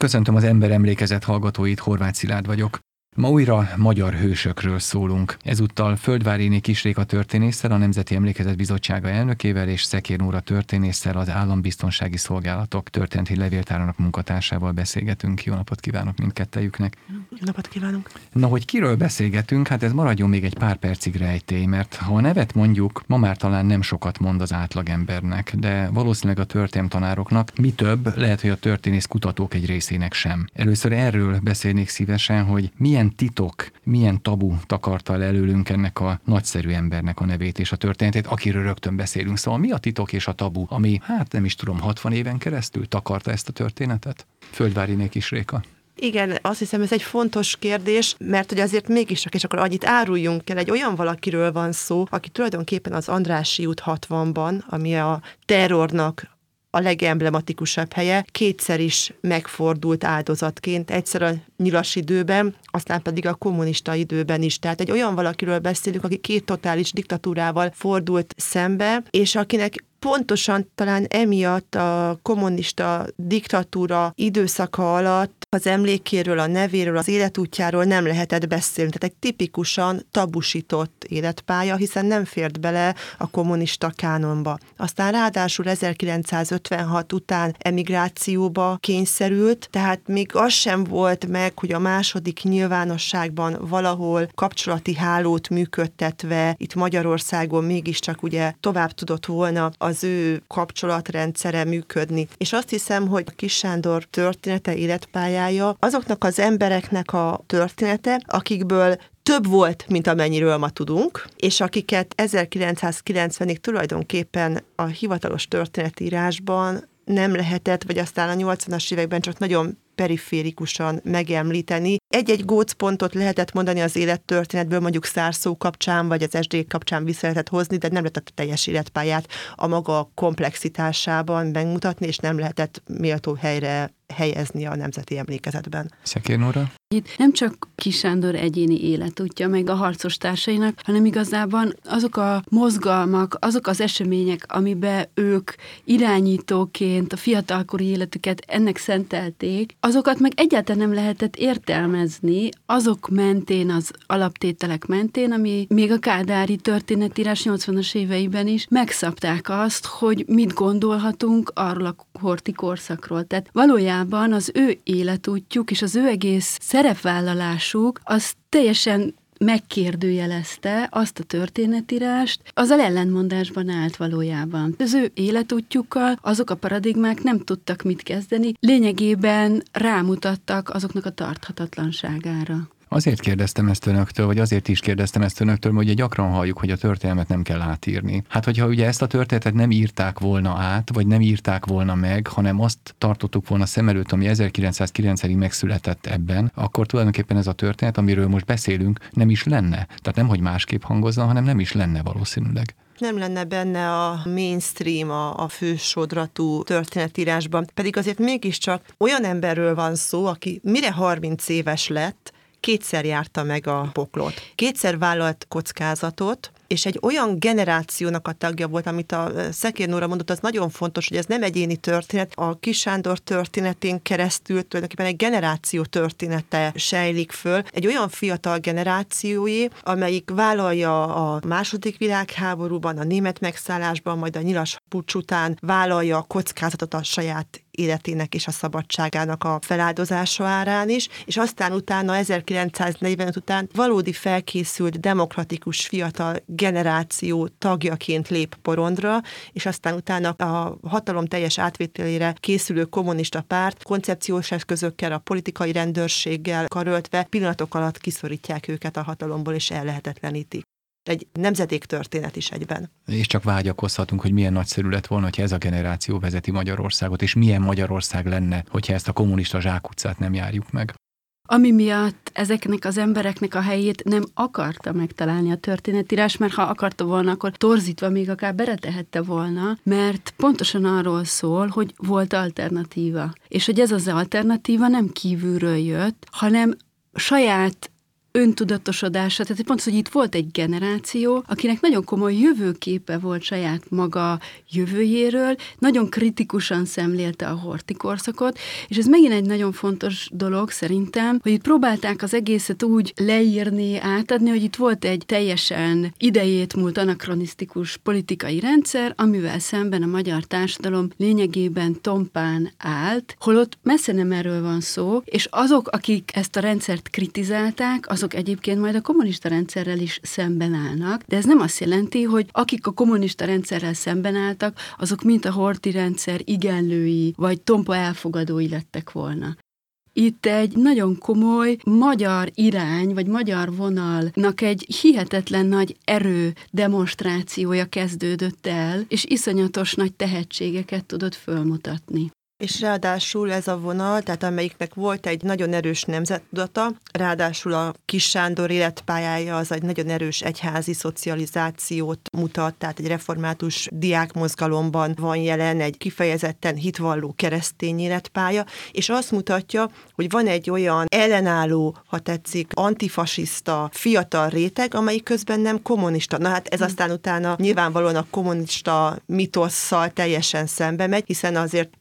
Köszöntöm az Ember Emlékezet hallgatóit, Horváth Szilárd vagyok. Ma újra magyar hősökről szólunk. Ezúttal Földváriné Kis Réka történésszel, a Nemzeti Emlékezet Bizottsága elnökével és Szekér Nóra történésszel, az Állambiztonsági Szolgálatok történeti levéltárának munkatársával beszélgetünk. Jó napot kívánok mindkettejüknek! Jó napot kívánunk! Na, hogy kiről beszélgetünk, hát ez maradjon még egy pár percig rejtély, mert ha a nevet mondjuk, ma már talán nem sokat mond az átlagembernek, de valószínűleg a történelemtanároknak, mi több, lehet, hogy a történész kutatók egy részének sem. Először erről beszélnék szívesen, hogy milyen titok, milyen tabu takarta el előlünk ennek a nagyszerű embernek a nevét és a történetét, akiről rögtön beszélünk. Szóval mi a titok és a tabu, ami, nem is tudom, 60 éven keresztül takarta ezt a történetet? Földváriné Kis Réka. Igen, azt hiszem, ez egy fontos kérdés, mert hogy azért mégiscsak, és akkor annyit áruljunk el, egy olyan valakiről van szó, aki tulajdonképpen az Andrássy út 60-ban, ami a terrornak a legemblematikusabb helye, kétszer is megfordult áldozatként, egyszer a nyilas időben, aztán pedig a kommunista időben is. Tehát egy olyan valakiről beszélünk, aki két totális diktatúrával fordult szembe, és akinek pontosan talán emiatt a kommunista diktatúra időszaka alatt az emlékéről, a nevéről, az életútjáról nem lehetett beszélni. Tehát egy tipikusan tabusított életpálya, hiszen nem fért bele a kommunista kánonba. Aztán ráadásul 1956 után emigrációba kényszerült, tehát még az sem volt meg, hogy a második nyilvánosságban valahol kapcsolati hálót működtetve itt Magyarországon mégiscsak ugye tovább tudott volna az ő kapcsolatrendszere működni. És azt hiszem, hogy a Kiss Sándor története, életpályája azoknak az embereknek a története, akikből több volt, mint amennyiről ma tudunk, és akiket 1990-ig tulajdonképpen a hivatalos történetírásban nem lehetett, vagy aztán a 80-as években csak nagyon periférikusan megemlíteni. Egy-egy gócpontot lehetett mondani az élettörténetből, mondjuk Szárszó kapcsán, vagy az SD kapcsán vissza lehetett hozni, de nem lehetett a teljes életpályát a maga komplexitásában megmutatni, és nem lehetett méltó helyre helyezni a nemzeti emlékezetben. Szekér Nóra? Itt nem csak Kiss Sándor egyéni életútja, meg a harcos társainak, hanem igazában azok a mozgalmak, azok az események, amiben ők irányítóként a fiatalkori életüket ennek szentelték, azokat meg egyáltalán nem lehetett értelmezni azok mentén, az alaptételek mentén, ami még a kádári történetírás 80-as éveiben is megszabták azt, hogy mit gondolhatunk arról a horthy korszakról. Tehát valójában az ő életútjuk és az ő egész szerepvállalásuk az teljesen megkérdőjelezte azt a történetírást, azzal ellentmondásban állt valójában. Az ő életútjukkal azok a paradigmák nem tudtak mit kezdeni, lényegében rámutattak azoknak a tarthatatlanságára. Azért kérdeztem ezt önöktől, vagy azért is kérdeztem ezt önöktől, hogy ugye gyakran halljuk, hogy a történelmet nem kell átírni. Hát, hogyha ugye ezt a történetet nem írták volna át, vagy nem írták volna meg, hanem azt tartottuk volna szem előtt, ami 1909-ig megszületett ebben, akkor tulajdonképpen ez a történet, amiről most beszélünk, nem is lenne. Tehát nem, hogy másképp hangozna, hanem nem is lenne valószínűleg. Nem lenne benne a mainstream, a fősodratú történetírásban. Pedig azért mégiscsak olyan emberről van szó, aki mire 30 éves lett, kétszer járta meg a poklot. Kétszer vállalt kockázatot, és egy olyan generációnak a tagja volt, amit a Szekér Nóra mondott, az nagyon fontos, hogy ez nem egyéni történet. A Kiss Sándor történetén keresztül tulajdonképpen egy generáció története sejlik föl. Egy olyan fiatal generációé, amelyik vállalja a második világháborúban, a német megszállásban, majd a nyilas puccs után vállalja a kockázatot a saját életének és a szabadságának a feláldozása árán is, és aztán utána 1945 után valódi felkészült, demokratikus fiatal generáció tagjaként lép porondra, és aztán utána a hatalom teljes átvételére készülő kommunista párt koncepciós eszközökkel, a politikai rendőrséggel karöltve pillanatok alatt kiszorítják őket a hatalomból, és ellehetetlenítik. Egy nemzedéktörténet is egyben. És csak vágyakozhatunk, hogy milyen nagyszerű lett volna, hogyha ez a generáció vezeti Magyarországot, és milyen Magyarország lenne, hogyha ezt a kommunista zsákutcát nem járjuk meg. Ami miatt ezeknek az embereknek a helyét nem akarta megtalálni a történetírás, mert ha akarta volna, akkor torzítva még akár beletehette volna, mert pontosan arról szól, hogy volt alternatíva. És hogy ez az alternatíva nem kívülről jött, hanem saját öntudatosodása, tehát pont az, hogy itt volt egy generáció, akinek nagyon komoly jövőképe volt saját maga jövőjéről, nagyon kritikusan szemlélte a horthy-korszakot, és ez megint egy nagyon fontos dolog szerintem, hogy itt próbálták az egészet úgy leírni, átadni, hogy itt volt egy teljesen idejét múlt anakronisztikus politikai rendszer, amivel szemben a magyar társadalom lényegében tompán állt, holott messze nem erről van szó, és azok, akik ezt a rendszert kritizálták, azok egyébként majd a kommunista rendszerrel is szemben állnak, de ez nem azt jelenti, hogy akik a kommunista rendszerrel szemben álltak, azok mint a Horthy rendszer igenlői vagy tompa elfogadói lettek volna. Itt egy nagyon komoly magyar irány, vagy magyar vonalnak egy hihetetlen nagy erő demonstrációja kezdődött el, és iszonyatos nagy tehetségeket tudott fölmutatni. És ráadásul ez a vonal, tehát amelyiknek volt egy nagyon erős nemzettudata, ráadásul a Kiss Sándor életpályája az egy nagyon erős egyházi szocializációt mutat, tehát egy református diákmozgalomban van jelen egy kifejezetten hitvalló keresztény életpálya, és azt mutatja, hogy van egy olyan ellenálló, ha tetszik, antifasiszta fiatal réteg, amelyik közben nem kommunista. Na hát ez aztán utána nyilvánvalóan a kommunista mitosszal teljesen szembe megy, hiszen azért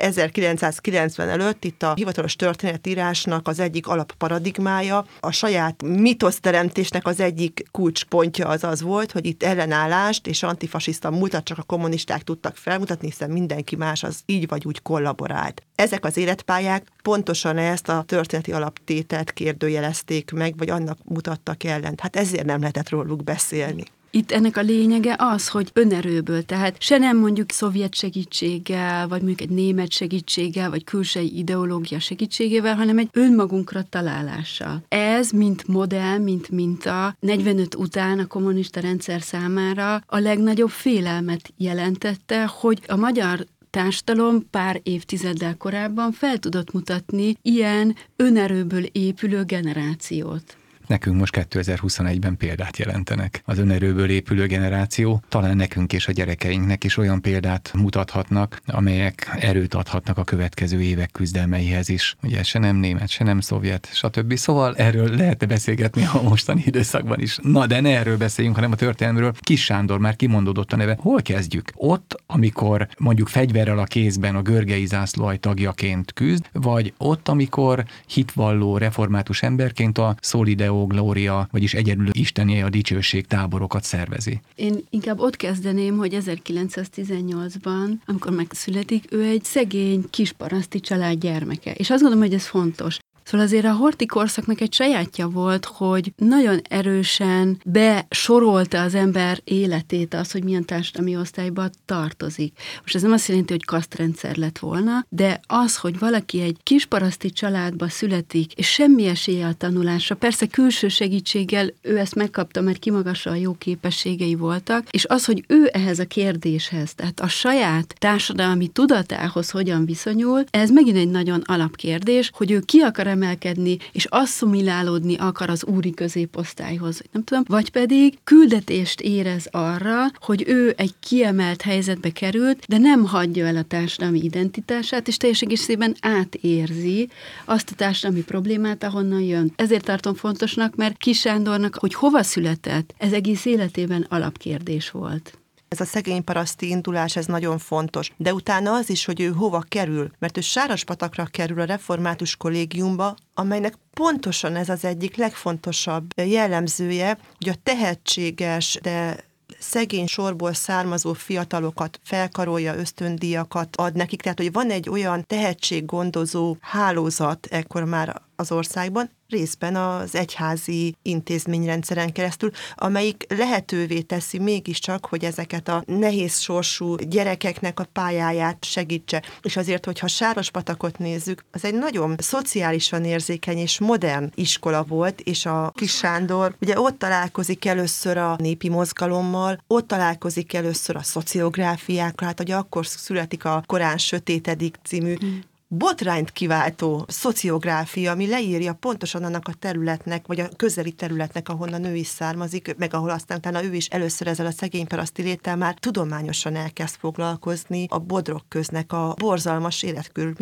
1990 előtt itt a hivatalos történetírásnak az egyik alapparadigmája, a saját mitoszteremtésnek az egyik kulcspontja az volt, hogy itt ellenállást és antifasiszta múltat csak a kommunisták tudtak felmutatni, hiszen mindenki más az így vagy úgy kollaborált. Ezek az életpályák pontosan ezt a történeti alaptételt kérdőjelezték meg, vagy annak mutattak ellent. Hát ezért nem lehetett róluk beszélni. Itt ennek a lényege az, hogy önerőből, tehát se nem mondjuk szovjet segítséggel, vagy mondjuk egy német segítséggel, vagy külsei ideológia segítségével, hanem egy önmagunkra találással. Ez, mint modell, mint minta, 45 után a kommunista rendszer számára a legnagyobb félelmet jelentette, hogy a magyar társadalom pár évtizeddel korábban fel tudott mutatni ilyen önerőből épülő generációt. Nekünk most 2021-ben példát jelentenek. Az önerőből épülő generáció talán nekünk és a gyerekeinknek is olyan példát mutathatnak, amelyek erőt adhatnak a következő évek küzdelmeihez is. Ugye se nem német, se nem szovjet, stb. Szóval erről lehetne beszélgetni a mostani időszakban is. Na, de ne erről beszéljünk, hanem a történelmről. Kiss Sándor már kimondódott a neve. Hol kezdjük? Ott, amikor mondjuk fegyverrel a kézben a Görgei zászlóalj tagjaként küzd, vagy ott, amikor hitvalló református emberként a Solideo Gloria, vagyis egyedül isteni a dicsőség táborokat szervezi. Én inkább ott kezdeném, hogy 1918-ban, amikor megszületik, ő egy szegény kisparaszti család gyermeke. És azt gondolom, hogy ez fontos. Szóval azért a Horthy korszaknak egy sajátja volt, hogy nagyon erősen besorolta az ember életét az, hogy milyen társadalmi osztályba tartozik. Most ez nem azt jelenti, hogy kasztrendszer lett volna, de az, hogy valaki egy kisparaszti családba születik, és semmi esélye a tanulásra, persze külső segítséggel ő ezt megkapta, mert kimagasan jó képességei voltak, és az, hogy ő ehhez a kérdéshez, tehát a saját társadalmi tudatához hogyan viszonyul, ez megint egy nagyon alapkérdés, hogy ő ki akar emelkedni, és asszimilálódni akar az úri középosztályhoz, nem tudom, vagy pedig küldetést érez arra, hogy ő egy kiemelt helyzetbe került, de nem hagyja el a társadalmi identitását, és teljes egészében átérzi azt a társadalmi problémát, ahonnan jön. Ezért tartom fontosnak, mert Kiss Sándornak, hogy hova született, ez egész életében alapkérdés volt. Ez a szegény paraszti indulás, ez nagyon fontos. De utána az is, hogy ő hova kerül, mert ő Sárospatakra kerül a református kollégiumba, amelynek pontosan ez az egyik legfontosabb jellemzője, hogy a tehetséges, de szegény sorból származó fiatalokat felkarolja, ösztöndíjakat ad nekik, tehát hogy van egy olyan tehetséggondozó hálózat ekkor már az országban, részben az egyházi intézményrendszeren keresztül, amelyik lehetővé teszi mégiscsak, hogy ezeket a nehéz sorsú gyerekeknek a pályáját segítse. És azért, hogyha Sárospatakot nézzük, az egy nagyon szociálisan érzékeny és modern iskola volt, és a Kiss Sándor ugye ott találkozik először a népi mozgalommal, ott találkozik először a szociográfiákkal, hát hogy akkor születik a Korán sötétedik című botrányt kiváltó szociográfia, ami leírja pontosan annak a területnek, vagy a közeli területnek, ahonnan ő is származik, meg ahol aztán utána ő is először ezzel a szegény paraszti léttel már tudományosan elkezd foglalkozni a Bodrog köznek a borzalmas életkörülményeit,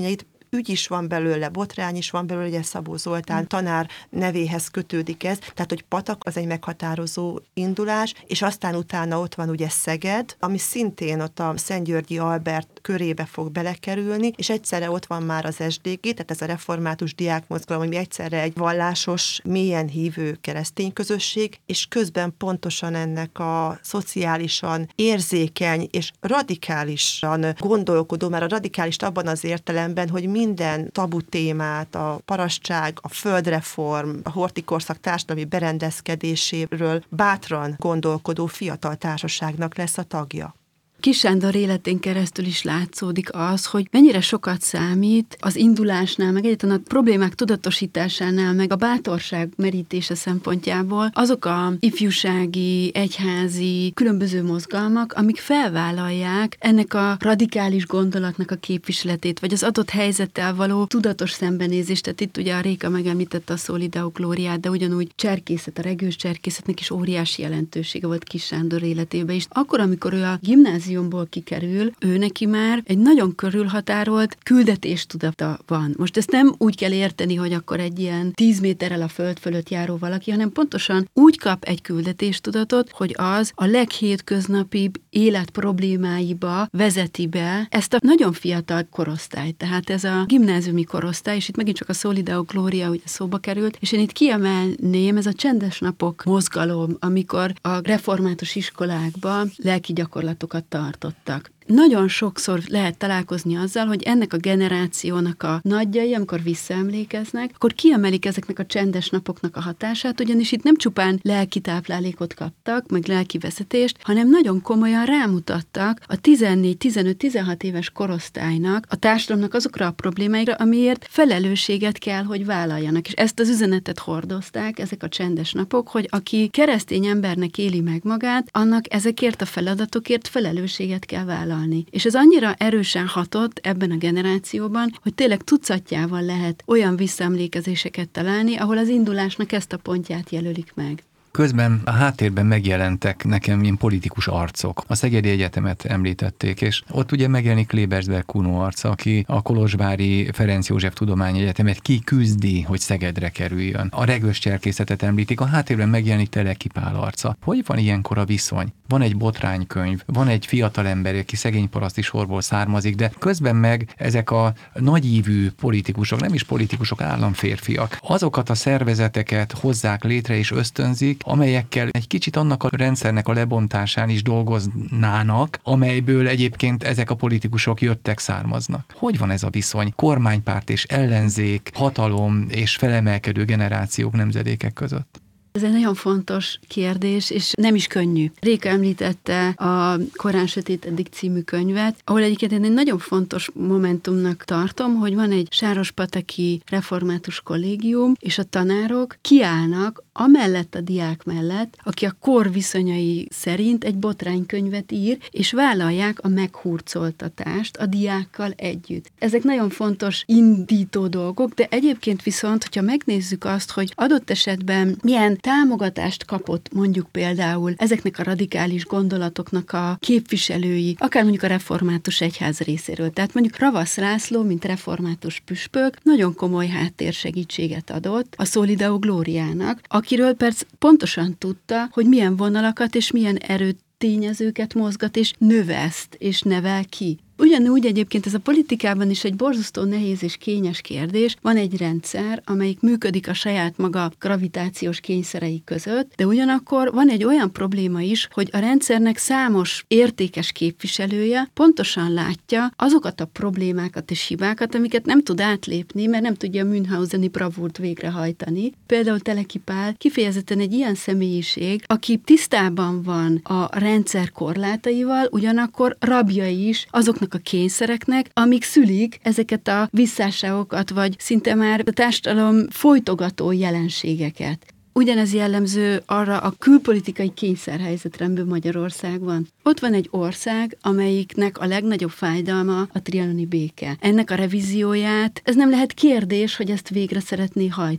ügy is van belőle, botrány is van belőle, ugye Szabó Zoltán tanár nevéhez kötődik ez, tehát hogy Patak az egy meghatározó indulás, és aztán utána ott van ugye Szeged, ami szintén ott a Szentgyörgyi Albert körébe fog belekerülni, és egyszerre ott van már az SDG, tehát ez a református diákmozgalom, ami egyszerre egy vallásos, mélyen hívő keresztény közösség, és közben pontosan ennek a szociálisan érzékeny és radikálisan gondolkodó, már a radikális abban az értelemben, hogy minden tabu témát, a parasztság, a földreform, a horthy-korszak társadalmi berendezkedéséről bátran gondolkodó fiatal társaságnak lesz a tagja. Kis Sándor életén keresztül is látszódik az, hogy mennyire sokat számít az indulásnál, meg egyáltalán a problémák tudatosításánál, meg a bátorság merítése szempontjából azok a ifjúsági, egyházi, különböző mozgalmak, amik felvállalják ennek a radikális gondolatnak a képviseletét, vagy az adott helyzettel való tudatos szembenézést. Tehát itt ugye a Réka megemlítette a Szól Deo Gloriát, de ugyanúgy cserkészet, a regős cserkészetnek is óriási jelentősége volt Kis Sándor életében is. Akkor, amikor ő a gimnáziumból kikerül, ő neki már egy nagyon körülhatárolt küldetéstudata van. Most ezt nem úgy kell érteni, hogy akkor egy ilyen 10 méterrel a föld fölött járó valaki, hanem pontosan úgy kap egy küldetéstudatot, hogy az a leghétköznapibb élet problémáiba vezeti be ezt a nagyon fiatal korosztályt. Tehát ez a gimnáziumi korosztály, és itt megint csak a Szól Deo Gloria ugye szóba került, és én itt kiemelném, ez a csendes napok mozgalom, amikor a református iskolákban lelki gyakorlatokat tartottak. Nagyon sokszor lehet találkozni azzal, hogy ennek a generációnak a nagyjai, amikor visszaemlékeznek, akkor kiemelik ezeknek a csendes napoknak a hatását, ugyanis itt nem csupán lelki táplálékot kaptak, meg lelki vezetést, hanem nagyon komolyan rámutattak a 14-15-16 éves korosztálynak, a társadalomnak azokra a problémáira, amiért felelősséget kell, hogy vállaljanak. És ezt az üzenetet hordozták, ezek a csendes napok, hogy aki keresztény embernek éli meg magát, annak ezekért a feladatokért felelősséget kell vállalni. És ez annyira erősen hatott ebben a generációban, hogy tényleg tucatjával lehet olyan visszaemlékezéseket találni, ahol az indulásnak ezt a pontját jelölik meg. Közben a háttérben megjelentek nekem ilyen politikus arcok. A Szegedi Egyetemet említették, és ott ugye megjelenik Klebersberg Kuno arca, aki a kolozsvári Ferenc József Tudományegyetemet kiküzdi, hogy Szegedre kerüljön. A regős cserkészetet említik, a háttérben megjelenik Teleki Pál arca. Hogy van ilyenkor a viszony? Van egy botránykönyv, van egy fiatalember, aki szegény paraszti sorból származik, de közben meg ezek a nagyívű politikusok, nem is politikusok, államférfiak, azokat a szervezeteket hozzák létre és ösztönzik, amelyekkel egy kicsit annak a rendszernek a lebontásán is dolgoznának, amelyből egyébként ezek a politikusok jöttek, származnak. Hogy van ez a viszony? Kormánypárt és ellenzék, hatalom és felemelkedő generációk, nemzedékek között? Ez egy nagyon fontos kérdés, és nem is könnyű. Réka említette a Korán sötétedik című könyvet, ahol egyébként én egy nagyon fontos momentumnak tartom, hogy van egy sárospataki református kollégium, és a tanárok kiállnak amellett a diák mellett, aki a kor viszonyai szerint egy botránykönyvet ír, és vállalják a meghurcoltatást a diákkal együtt. Ezek nagyon fontos indító dolgok, de egyébként viszont, hogyha megnézzük azt, hogy adott esetben milyen támogatást kapott mondjuk például ezeknek a radikális gondolatoknak a képviselői, akár mondjuk a református egyház részéről. Tehát mondjuk Ravasz László, mint református püspök, nagyon komoly háttérsegítséget adott a Szól Deo Gloriának, akiről persze pontosan tudta, hogy milyen vonalakat és milyen erőtényezőket mozgat és növeszt és nevel ki. Ugyanúgy egyébként ez a politikában is egy borzasztó nehéz és kényes kérdés. Van egy rendszer, amelyik működik a saját maga gravitációs kényszerei között, de ugyanakkor van egy olyan probléma is, hogy a rendszernek számos értékes képviselője pontosan látja azokat a problémákat és hibákat, amiket nem tud átlépni, mert nem tudja a Münchhauseni bravúrt végrehajtani. Például Teleki Pál kifejezetten egy ilyen személyiség, aki tisztában van a rendszer korlátaival, ugyanakkor rabja is azoknak a kényszereknek, amik szülik ezeket a visszásságokat, vagy szinte már a társadalom folytogató jelenségeket. Ugyanez jellemző arra a külpolitikai kényszerhelyzetre, amiben Magyarország van. Ott van egy ország, amelyiknek a legnagyobb fájdalma a trianoni béke. Ennek a revízióját, ez nem lehet kérdés, hogy ezt végre szeretné hajtani.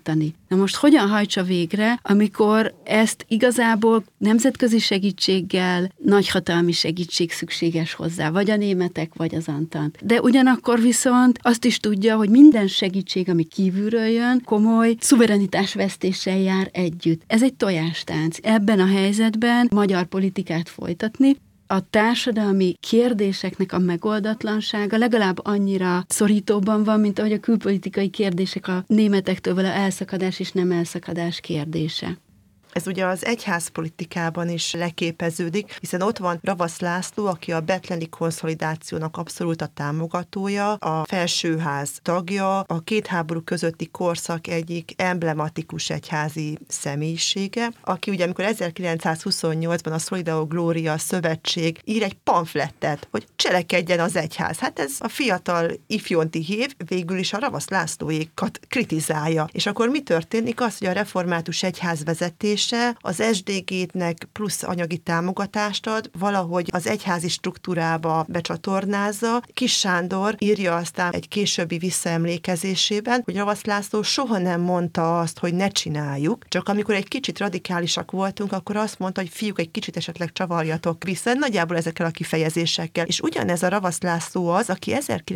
Na most hogyan hajtsa végre, amikor ezt igazából nemzetközi segítséggel, nagyhatalmi segítség szükséges hozzá, vagy a németek, vagy az Antant. De ugyanakkor viszont azt is tudja, hogy minden segítség, ami kívülről jön, komoly szuverenitásvesztéssel jár együtt. Ez egy tojástánc. Ebben a helyzetben magyar politikát folytatni, a társadalmi kérdéseknek a megoldatlansága legalább annyira szorítóban van, mint ahogy a külpolitikai kérdések a németektől való elszakadás és nem elszakadás kérdése. Ez ugye az egyházpolitikában is leképeződik, hiszen ott van Ravasz László, aki a bethleni konszolidációnak abszolút a támogatója, a felsőház tagja, a két háború közötti korszak egyik emblematikus egyházi személyisége, aki ugye amikor 1928-ban a Solideo Gloria szövetség ír egy pamflettet, hogy cselekedjen az egyház. Hát ez a fiatal ifjonti hív végül is a Ravasz Lászlóékat kritizálja. És akkor mi történik? Az, hogy a református egyház vezetés az SDG-nek plusz anyagi támogatást ad, valahogy az egyházi struktúrába becsatornázza. Kis Sándor írja aztán egy későbbi visszaemlékezésében, hogy Ravasz László soha nem mondta azt, hogy ne csináljuk, csak amikor egy kicsit radikálisak voltunk, akkor azt mondta, hogy fiúk, egy kicsit esetleg csavarjatok vissza, nagyjából ezekkel a kifejezésekkel. És ugyanez a Ravasz László az, aki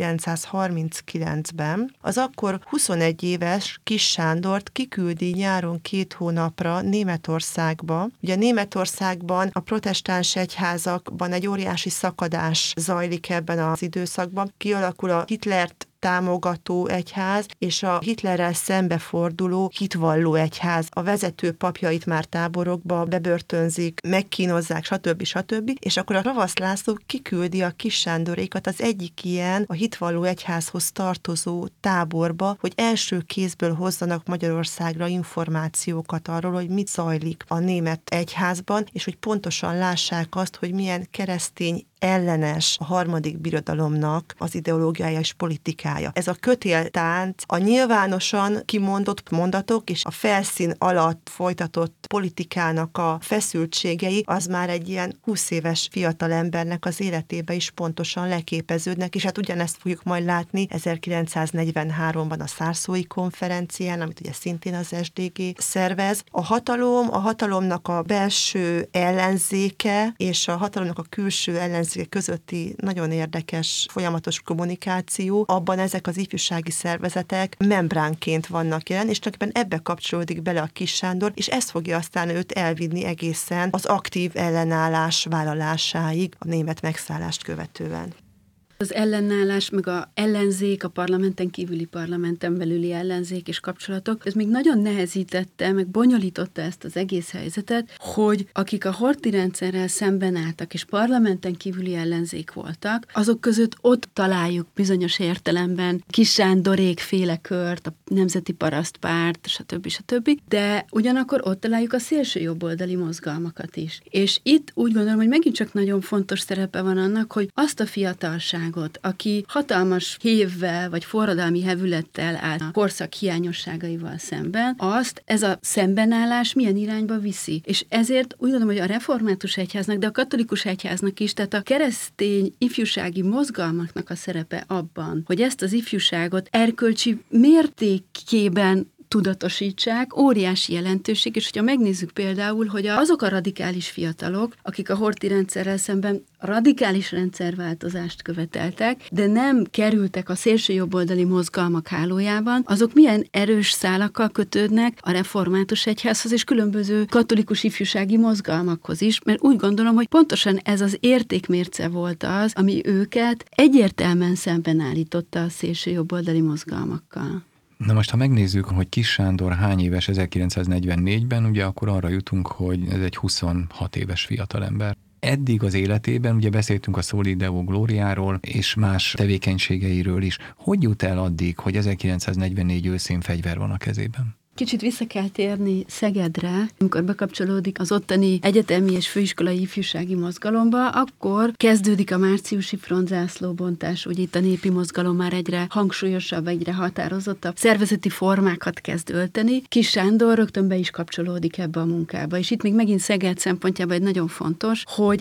1939-ben az akkor 21 éves Kis Sándort kiküldi nyáron 2 hónapra Németországba. Ugye Németországban a protestáns egyházakban egy óriási szakadás zajlik ebben az időszakban. Kialakul a Hitlert támogató egyház, és a Hitlerrel szembeforduló hitvalló egyház. A vezető papjait már táborokba bebörtönzik, megkínozzák, stb. És akkor a Ravasz László kiküldi a Kis Sándorékat az egyik ilyen a hitvalló egyházhoz tartozó táborba, hogy első kézből hozzanak Magyarországra információkat arról, hogy mit zajlik a német egyházban, és hogy pontosan lássák azt, hogy milyen keresztény ellenes a harmadik birodalomnak az ideológiája és politikája. Ez a kötéltánc, a nyilvánosan kimondott mondatok és a felszín alatt folytatott politikának a feszültségei, az már egy ilyen 20 éves fiatalembernek az életébe is pontosan leképeződnek, és hát ugyanezt fogjuk majd látni 1943-ban a Szárszói konferencián, amit ugye szintén az SDG szervez. A hatalomnak a belső ellenzéke és a hatalomnak a külső ellenzéke közötti nagyon érdekes, folyamatos kommunikáció, abban ezek az ifjúsági szervezetek membránként vannak jelen, és tulajdonképpen ebbe kapcsolódik bele a Kis Sándor, és ezt fogja aztán őt elvinni egészen az aktív ellenállás vállalásáig a német megszállást követően. Az ellenállás, meg a ellenzék, a parlamenten kívüli, parlamenten belüli ellenzék és kapcsolatok, ez még nagyon nehezítette, meg bonyolította ezt az egész helyzetet, hogy akik a horthy rendszerrel szemben álltak, és parlamenten kívüli ellenzék voltak, azok között ott találjuk bizonyos értelemben Kis Sándorék féle kört, a Nemzeti Parasztpárt, stb. De ugyanakkor ott találjuk a szélső jobboldali mozgalmakat is. És itt úgy gondolom, hogy megint csak nagyon fontos szerepe van annak, hogy azt a fiatalság, aki hatalmas hévvel vagy forradalmi hevülettel áll a korszak hiányosságaival szemben, azt ez a szembenállás milyen irányba viszi. És ezért úgy gondolom, hogy a református egyháznak, de a katolikus egyháznak is, tehát a keresztény ifjúsági mozgalmaknak a szerepe abban, hogy ezt az ifjúságot erkölcsi mértékében tudatosítsák, óriási jelentőség, és hogyha megnézzük például, hogy azok a radikális fiatalok, akik a horthy rendszerrel szemben radikális rendszerváltozást követeltek, de nem kerültek a szélső jobboldali mozgalmak hálójában, azok milyen erős szálakkal kötődnek a református egyházhoz és különböző katolikus ifjúsági mozgalmakhoz is, mert úgy gondolom, hogy pontosan ez az értékmérce volt az, ami őket egyértelműen szemben állította a szélső jobboldali mozgalmakkal. Na most, ha megnézzük, hogy Kis Sándor hány éves 1944-ben, ugye akkor arra jutunk, hogy ez egy 26 éves fiatalember. Eddig az életében, ugye beszéltünk a Solideo Gloriáról és más tevékenységeiről is. Hogy jut el addig, hogy 1944 őszén fegyver van a kezében? Kicsit vissza kell térni Szegedre, amikor bekapcsolódik az ottani egyetemi és főiskolai ifjúsági mozgalomba, akkor kezdődik a márciusi frontzászlóbontás, ugye itt a népi mozgalom már egyre hangsúlyosabb, egyre határozottabb szervezeti formákat kezd ölteni. Kis Sándor rögtön be is kapcsolódik ebbe a munkába, és itt még megint Szeged szempontjában egy nagyon fontos, hogy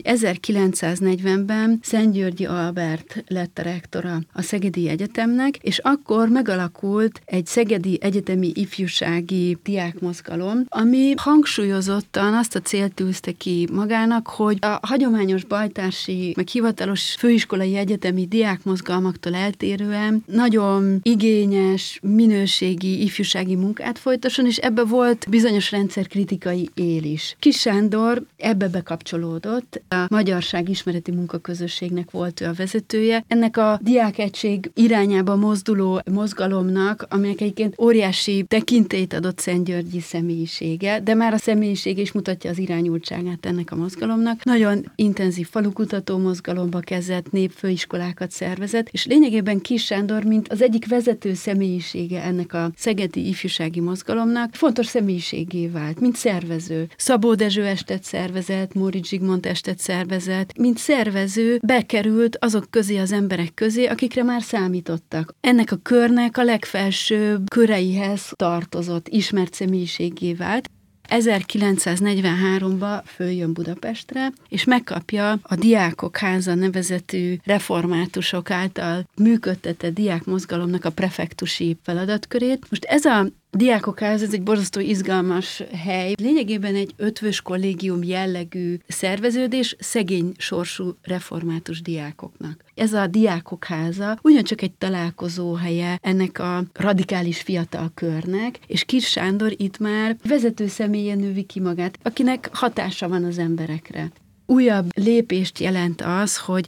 1940-ben Szentgyörgyi Albert lett a rektora a Szegedi Egyetemnek, és akkor megalakult egy szegedi egyetemi ifjúság ifjúsági diákmozgalom, ami hangsúlyozottan azt a célt tűzte ki magának, hogy a hagyományos bajtársi, meg hivatalos főiskolai egyetemi diákmozgalmaktól eltérően nagyon igényes, minőségi ifjúsági munkát folytasson, és ebbe volt bizonyos rendszerkritikai él is. Kiss Sándor ebbe bekapcsolódott, a Magyarság Ismereti Munkaközösségnek volt ő a vezetője. Ennek a diákegység irányába mozduló mozgalomnak, aminek egyébként óriási tekintélyt adott Szentgyörgyi személyisége, de már a személyisége is mutatja az irányultságát ennek a mozgalomnak. Nagyon intenzív falukutató mozgalomba kezdett, népfőiskolákat szervezett, és lényegében Kiss Sándor, mint az egyik vezető személyisége ennek a szegedi ifjúsági mozgalomnak, fontos személyiségé vált, mint szervező. Szabó Dezső estet szervezett, Móricz Zsigmond estet szervezett, mint szervező bekerült azok közé, az emberek közé, akikre már számítottak. Ennek a körnek a legfelsőbb köreihez tartozott, ismert személyiségé vált. 1943-ban följön Budapestre, és megkapja a Diákok Háza nevezetű reformátusok által működtetett diákmozgalomnak a prefektusi feladatkörét. Most ez a Diákok Háza, ez egy borzasztó izgalmas hely. Lényegében egy ötvös kollégium jellegű szerveződés szegény sorsú református diákoknak. Ez a Diákok Háza ugyancsak egy találkozó helye ennek a radikális fiatal körnek, és Kiss Sándor itt már vezető személyen növi ki magát, akinek hatása van az emberekre. Újabb lépést jelent az, hogy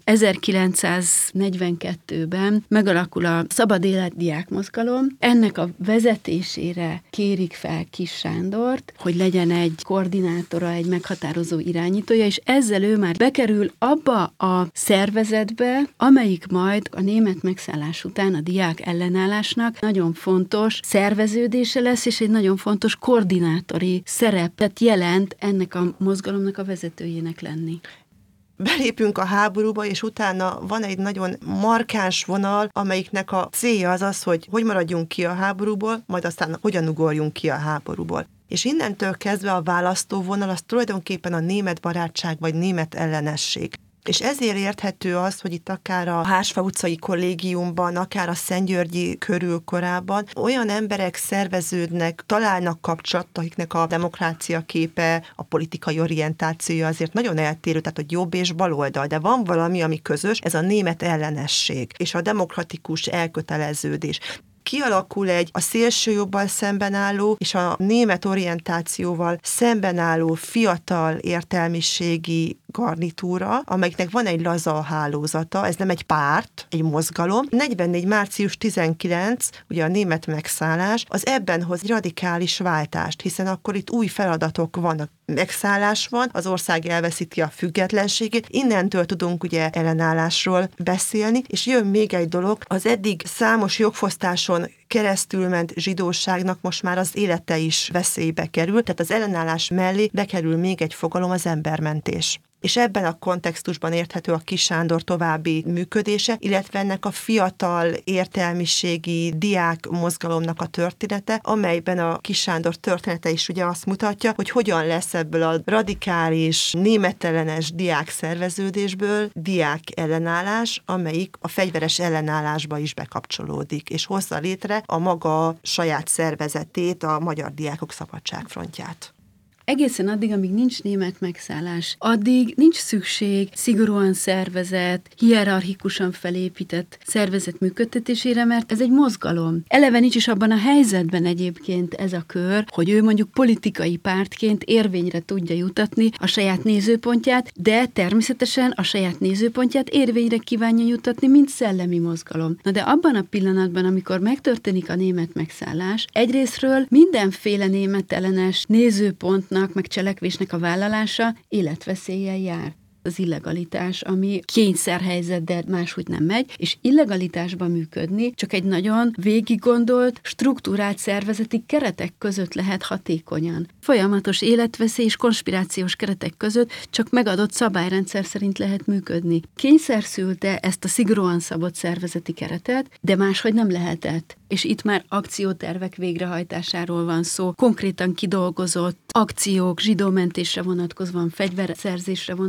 1942-ben megalakul a Szabad Élet diákmozgalom. Ennek a vezetésére kérik fel Kiss Sándort, hogy legyen egy koordinátora, egy meghatározó irányítója, és ezzel ő már bekerül abba a szervezetbe, amelyik majd a német megszállás után a diák ellenállásnak nagyon fontos szerveződése lesz, és egy nagyon fontos koordinátori szerepet jelent ennek a mozgalomnak a vezetőjének lenni. Belépünk a háborúba, és utána van egy nagyon markáns vonal, amelyiknek a célja az, hogy maradjunk ki a háborúból, majd aztán hogyan ugorjunk ki a háborúból. És innentől kezdve a választóvonal az tulajdonképpen a német barátság vagy német ellenesség. És ezért érthető az, hogy itt akár a Hársfa utcai kollégiumban, akár a Szentgyörgyi körül korábban olyan emberek szerveződnek, találnak kapcsolatot, akiknek a demokrácia képe, a politikai orientációja azért nagyon eltérő, tehát hogy jobb és baloldal, de van valami, ami közös, ez a német ellenesség és a demokratikus elköteleződés. Kialakul egy a szélsőjobbal szemben álló és a német orientációval szemben álló fiatal értelmiségi garnitúra, amelyiknek van egy laza hálózata, ez nem egy párt, egy mozgalom. 44. március 19, ugye a német megszállás, az ebben hoz radikális váltást, hiszen akkor itt új feladatok vannak. Megszállás van, az ország elveszíti a függetlenségét, innentől tudunk ugye ellenállásról beszélni, és jön még egy dolog, az eddig számos jogfosztáson keresztülment zsidóságnak most már az élete is veszélybe kerül, tehát az ellenállás mellé bekerül még egy fogalom, az embermentés. És ebben a kontextusban érthető a Kiss Sándor további működése, illetve ennek a fiatal értelmiségi diák mozgalomnak a története, amelyben a Kiss Sándor története is ugye azt mutatja, hogy hogyan lesz ebből a radikális, németellenes diák szerveződésből diák ellenállás, amelyik a fegyveres ellenállásba is bekapcsolódik, és hozza létre a maga saját szervezetét, a Magyar Diákok Szabadságfrontját. Egészen addig, amíg nincs német megszállás, addig nincs szükség szigorúan szervezett, hierarchikusan felépített szervezet működtetésére, mert ez egy mozgalom. Eleve nincs is abban a helyzetben egyébként ez a kör, hogy ő mondjuk politikai pártként érvényre tudja jutatni a saját nézőpontját, de természetesen a saját nézőpontját érvényre kívánja jutatni, mint szellemi mozgalom. Na de abban a pillanatban, amikor megtörténik a német megszállás, egyrészről mindenféle németellenes nézőpontnak meg cselekvésnek a vállalása életveszéllyel jár. Az illegalitás, ami kényszerhelyzet, de máshogy nem megy, és illegalitásban működni csak egy nagyon végiggondolt, struktúrált szervezeti keretek között lehet hatékonyan. Folyamatos életveszély és konspirációs keretek között csak megadott szabályrendszer szerint lehet működni. Kényszer szülte ezt a szigorúan szabott szervezeti keretet, de máshogy nem lehetett. És itt már akciótervek végrehajtásáról van szó, konkrétan kidolgozott akciók, zsidómentésre vonatkozóan, fegyverszerzésre vonatkozóan,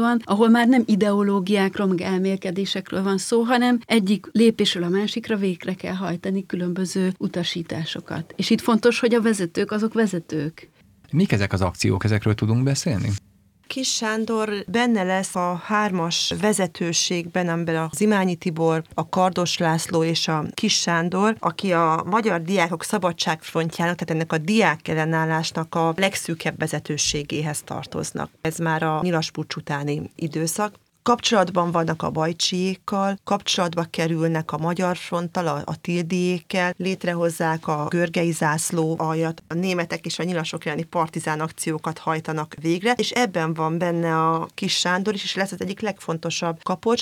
van, ahol már nem ideológiákról, meg elmélkedésekről van szó, hanem egyik lépésről a másikra végre kell hajtani különböző utasításokat. És itt fontos, hogy a vezetők azok vezetők. Mik ezek az akciók, ezekről tudunk beszélni? Kis Sándor benne lesz a 3-as vezetőségben, amiben a Zimányi Tibor, a Kardos László és a Kis Sándor, aki a Magyar Diákok Szabadságfrontjának, tehát ennek a diák ellenállásnak a legszűkebb vezetőségéhez tartoznak. Ez már a nyilaspuccs utáni időszak. Kapcsolatban vannak a bajcsiékkal, kapcsolatba kerülnek a Magyar Fronttal, a Tildiékkel, létrehozzák a Görgei zászló aljat, a németek és a nyilasok elleni partizán akciókat hajtanak végre, és ebben van benne a Kis Sándor is, és lesz az egyik legfontosabb kapocs.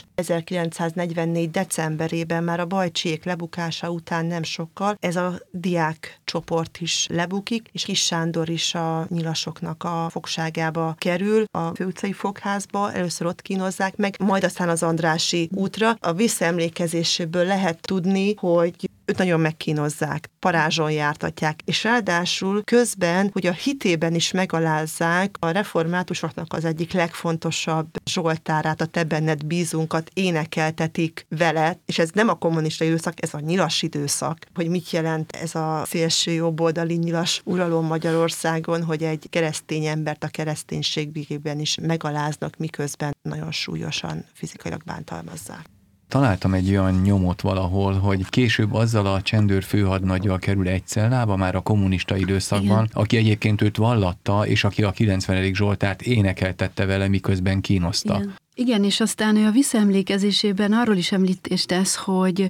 1944. decemberében már a bajcsiék lebukása után nem sokkal ez a diák csoport is lebukik, és Kis Sándor is a nyilasoknak a fogságába kerül, a főutcai fogházba, először ott kínozzák meg, majd aztán az Andrássy útra. A visszaemlékezéséből lehet tudni, hogy őt nagyon megkínozzák, parázson jártatják, és ráadásul közben, hogy a hitében is megalázzák, a reformátusoknak az egyik legfontosabb zsoltárát, a Te benned bízunkat énekeltetik vele, és ez nem a kommunista időszak, ez a nyilas időszak, hogy mit jelent ez a szélső jobboldali nyilas uralom Magyarországon, hogy egy keresztény embert a kereszténységében is megaláznak, miközben nagyon súlyosan fizikailag bántalmazzák. Találtam egy olyan nyomot valahol, hogy később azzal a csendőr főhadnaggyal kerül egy cellába, már a kommunista időszakban, igen, aki egyébként őt vallatta, és aki a 90. Zsoltárt énekeltette vele, miközben kínoszta. Igen. Igen, és aztán ő a visszaemlékezésében arról is említést tesz, hogy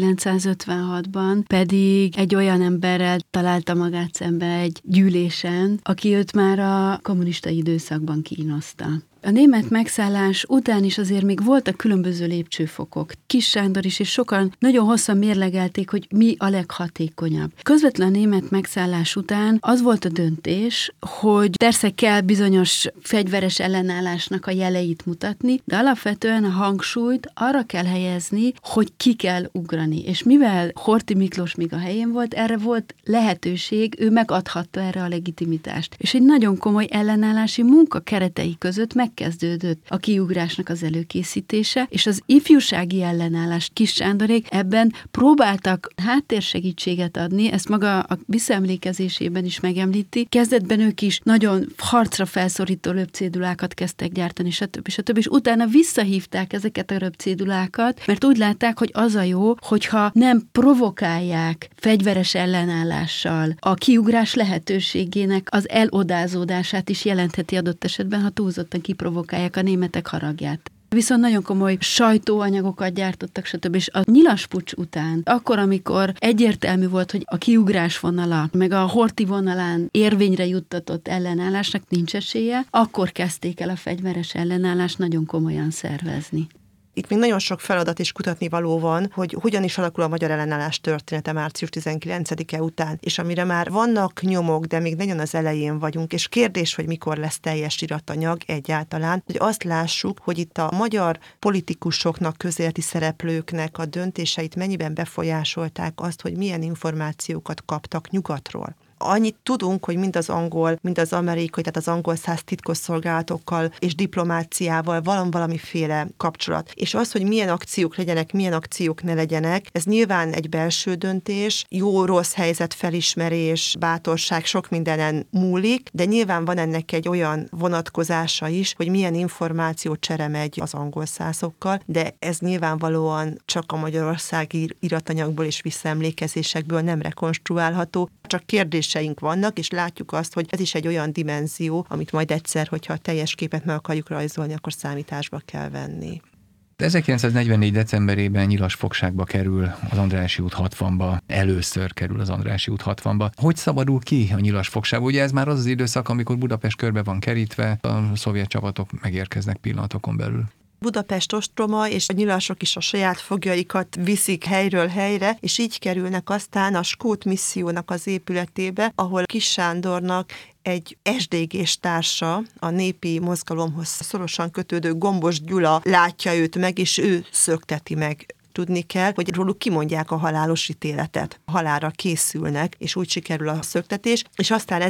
1956-ban pedig egy olyan emberrel találta magát szembe egy gyűlésen, aki őt már a kommunista időszakban kínoszta. A német megszállás után is azért még voltak különböző lépcsőfokok. Kis Sándor is, és sokan nagyon hosszan mérlegelték, hogy mi a leghatékonyabb. Közvetlen a német megszállás után az volt a döntés, hogy persze kell bizonyos fegyveres ellenállásnak a jeleit mutatni, de alapvetően a hangsúlyt arra kell helyezni, hogy ki kell ugrani. És mivel Horthy Miklós még a helyén volt, erre volt lehetőség, ő megadhatta erre a legitimitást. És egy nagyon komoly ellenállási munka keretei között megkezdődött a kiugrásnak az előkészítése, és az ifjúsági ellenállást Kis Sándorék ebben próbáltak háttérsegítséget adni, ezt maga a visszaemlékezésében is megemlíti. Kezdetben ők is nagyon harcra felszorító röpcédulákat kezdtek gyártani, stb. És utána visszahívták ezeket a röpcédulákat, mert úgy látták, hogy az a jó, hogyha nem provokálják fegyveres ellenállással a kiugrás lehetőségének az elodázódását is jelentheti adott esetben, ha túlzottan kiprovokálják a németek haragját. Viszont nagyon komoly sajtóanyagokat gyártottak, stb. És a nyilaspuccs után, akkor, amikor egyértelmű volt, hogy a kiugrás vonala, meg a Horthy vonalán érvényre juttatott ellenállásnak nincs esélye, akkor kezdték el a fegyveres ellenállást nagyon komolyan szervezni. Itt még nagyon sok feladat és kutatni való van, hogy hogyan is alakul a magyar ellenállás története március 19-e után, és amire már vannak nyomok, de még nagyon az elején vagyunk, és kérdés, hogy mikor lesz teljes iratanyag egyáltalán, hogy azt lássuk, hogy itt a magyar politikusoknak, közéleti szereplőknek a döntéseit mennyiben befolyásolták azt, hogy milyen információkat kaptak nyugatról. Annyit tudunk, hogy mind az angol, mind az amerikai, tehát az angol száz titkosszolgálatokkal és diplomáciával van valamiféle kapcsolat. És az, hogy milyen akciók legyenek, milyen akciók ne legyenek, ez nyilván egy belső döntés, jó-rossz helyzet felismerés, bátorság, sok mindenen múlik, de nyilván van ennek egy olyan vonatkozása is, hogy milyen információcsere megy az angol százokkal, de ez nyilvánvalóan csak a magyarországi iratanyagból és visszaemlékezésekből nem rekonstruálható, csak kérdéseink vannak, és látjuk azt, hogy ez is egy olyan dimenzió, amit majd egyszer, hogyha a teljes képet meg akarjuk rajzolni, akkor számításba kell venni. 1944. decemberében nyilas fogságba kerül az Andrássy út 60-ba, először kerül az Andrássy út 60-ba. Hogy szabadul ki a nyilas fogságba? Ugye ez már az az időszak, amikor Budapest körbe van kerítve, a szovjet csapatok megérkeznek pillanatokon belül. Budapest ostroma, és a nyilasok is a saját foglyaikat viszik helyről helyre, és így kerülnek aztán a skót missziónak az épületébe, ahol Kis Sándornak egy SDG-s társa, a népi mozgalomhoz szorosan kötődő Gombos Gyula látja őt meg, és ő szökteti meg tudni kell, hogy róluk kimondják a halálos ítéletet. Halálra készülnek, és úgy sikerül a szöktetés, és aztán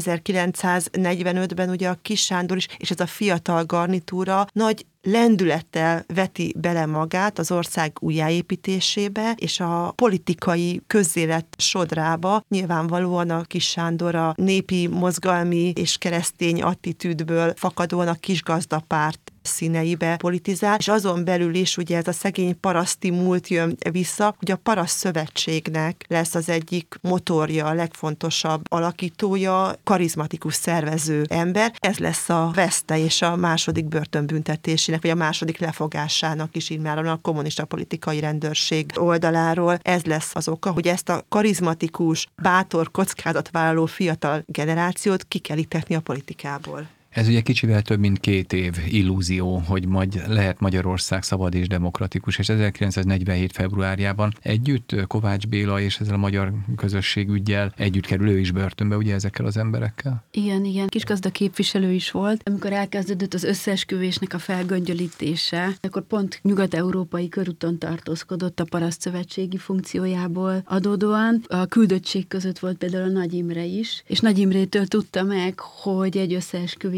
1945-ben ugye a Kiss Sándor is, és ez a fiatal garnitúra nagy lendülettel veti bele magát az ország újjáépítésébe, és a politikai közélet sodrába nyilvánvalóan a Kiss Sándor a népi, mozgalmi és keresztény attitűdből fakadóan a kisgazdapárt színeibe politizál, és azon belül is ugye ez a szegény paraszti múlt jön vissza, hogy a Paraszt Szövetségnek lesz az egyik motorja, a legfontosabb alakítója, karizmatikus szervező ember. Ez lesz a veszte és a második börtönbüntetésének, vagy a második lefogásának is immáron a kommunista politikai rendőrség oldaláról. Ez lesz az oka, hogy ezt a karizmatikus, bátor, kockázatvállaló fiatal generációt ki kell iktatni a politikából. Ez ugye kicsivel több mint 2 év illúzió, hogy majd lehet Magyarország szabad és demokratikus, és 1947. februárjában együtt Kovács Béla és ezzel a magyar közösségüggyel együtt kerül ő is börtönbe, ugye ezekkel az emberekkel? Igen. Kisgazda képviselő is volt. Amikor elkezdődött az összeesküvésnek a felgöngyölítése, akkor pont nyugat-európai körúton tartózkodott a parasztszövetségi funkciójából adódóan. A küldöttség között volt például a Nagy Imre is, és Nagy Imrétől tudta meg, hogy egy összeesküvés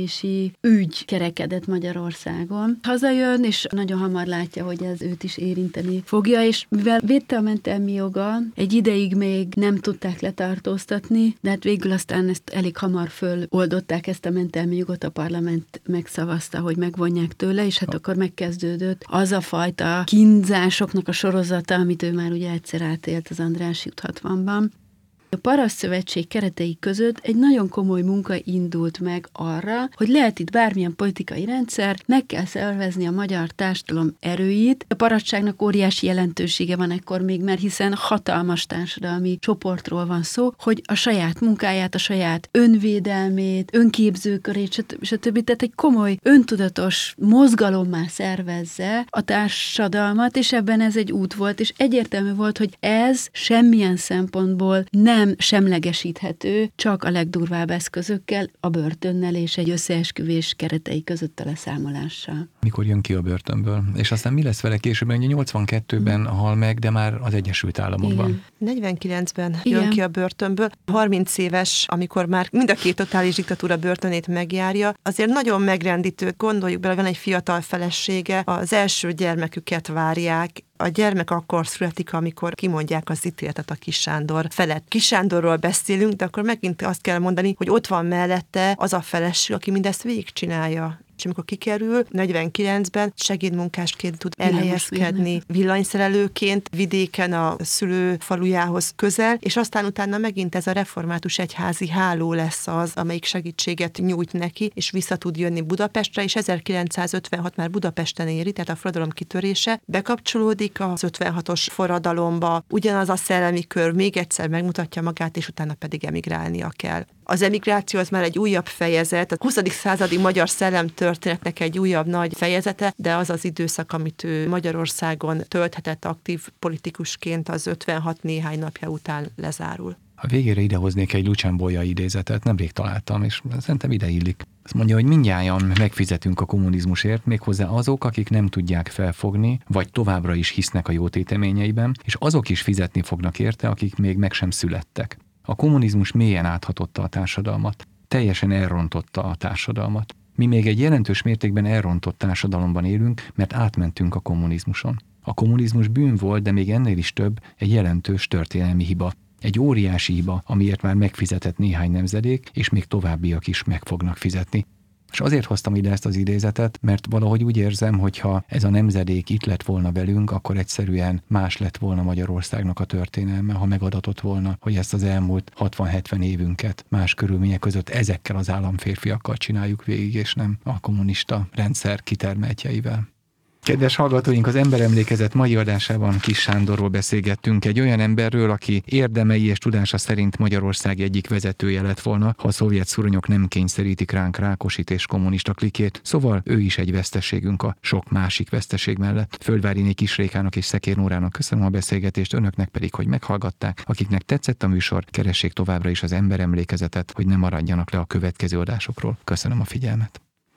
ügy kerekedett Magyarországon. Hazajön, és nagyon hamar látja, hogy ez őt is érinteni fogja, és mivel védte a mentelmi joga, egy ideig még nem tudták letartóztatni, de hát végül aztán ezt elég hamar föloldották, ezt a mentelmi jogot, a parlament megszavazta, hogy megvonják tőle, és hát akkor megkezdődött az a fajta kínzásoknak a sorozata, amit ő már ugye egyszer átélt az Andrássy út 60-ban. A Parasztszövetség keretei között egy nagyon komoly munka indult meg arra, hogy lehet itt bármilyen politikai rendszer, meg kell szervezni a magyar társadalom erőit. A parasztságnak óriási jelentősége van ekkor még, mert hiszen hatalmas társadalmi csoportról van szó, hogy a saját munkáját, a saját önvédelmét, önképzőkörét, stb. Tehát egy komoly, öntudatos mozgalommá szervezze a társadalmat, és ebben ez egy út volt, és egyértelmű volt, hogy ez semmilyen szempontból nem semlegesíthető, csak a legdurvább eszközökkel, a börtönnel és egy összeesküvés keretei között a leszámolással. Mikor jön ki a börtönből? És aztán mi lesz vele később? Ugye 82-ben hal meg, de már az Egyesült Államokban. Igen. 49-ben jön ki a börtönből. 30 éves, amikor már mind a 2 totális diktatúra börtönét megjárja, azért nagyon megrendítő. Gondoljuk bele, van egy fiatal felesége, az első gyermeküket várják. A gyermek akkor születik, amikor kimondják az ítéletet a Kiss Sándor felett. Kiss Sándorról beszélünk, de akkor megint azt kell mondani, hogy ott van mellette az a feleség, aki mindezt végigcsinálja. És amikor kikerül, 49-ben segédmunkásként tud elhelyezkedni, villanyszerelőként vidéken a szülő falujához közel, és aztán utána megint ez a református egyházi háló lesz az, amelyik segítséget nyújt neki, és vissza tud jönni Budapestre, és 1956 már Budapesten éri, tehát a forradalom kitörése, bekapcsolódik az 56-os forradalomba, ugyanaz a szellemi kör még egyszer megmutatja magát, és utána pedig emigrálnia kell. Az emigráció az már egy újabb fejezet, a 20. századi magyar szellemtörténetnek egy újabb nagy fejezete, de az az időszak, amit ő Magyarországon tölthetett aktív politikusként, az 56 néhány napja után lezárul. A végére idehoznék egy Lucian Bolyai idézetet, nemrég találtam, és szerintem ide illik. Azt mondja, hogy mindnyájan megfizetünk a kommunizmusért, méghozzá azok, akik nem tudják felfogni, vagy továbbra is hisznek a jó téteményeiben, és azok is fizetni fognak érte, akik még meg sem születtek. A kommunizmus mélyen áthatotta a társadalmat, teljesen elrontotta a társadalmat. Mi még egy jelentős mértékben elrontott társadalomban élünk, mert átmentünk a kommunizmuson. A kommunizmus bűn volt, de még ennél is több, egy jelentős történelmi hiba. Egy óriási hiba, amiért már megfizetett néhány nemzedék, és még továbbiak is meg fognak fizetni. És azért hoztam ide ezt az idézetet, mert valahogy úgy érzem, hogy ha ez a nemzedék itt lett volna velünk, akkor egyszerűen más lett volna Magyarországnak a történelme, ha megadatott volna, hogy ezt az elmúlt 60-70 évünket más körülmények között ezekkel az államférfiakkal csináljuk végig, és nem a kommunista rendszer kitermeltjeivel. Kedves hallgatóink, az Emberemlékezet mai adásában Kiss Sándorról beszélgettünk, egy olyan emberről, aki érdemei és tudása szerint Magyarország egyik vezetője lett volna, ha a szovjet szuronyok nem kényszerítik ránk Rákosit és kommunista klikét, szóval ő is egy veszteségünk a sok másik veszteség mellett. Földváriné Kis Rékának és Szekér Nórának köszönöm a beszélgetést, önöknek pedig, hogy meghallgatták. Akiknek tetszett a műsor, keressék továbbra is az Emberemlékezetet, hogy ne maradjanak le a következő adásokról. Köszönöm a figyelmet.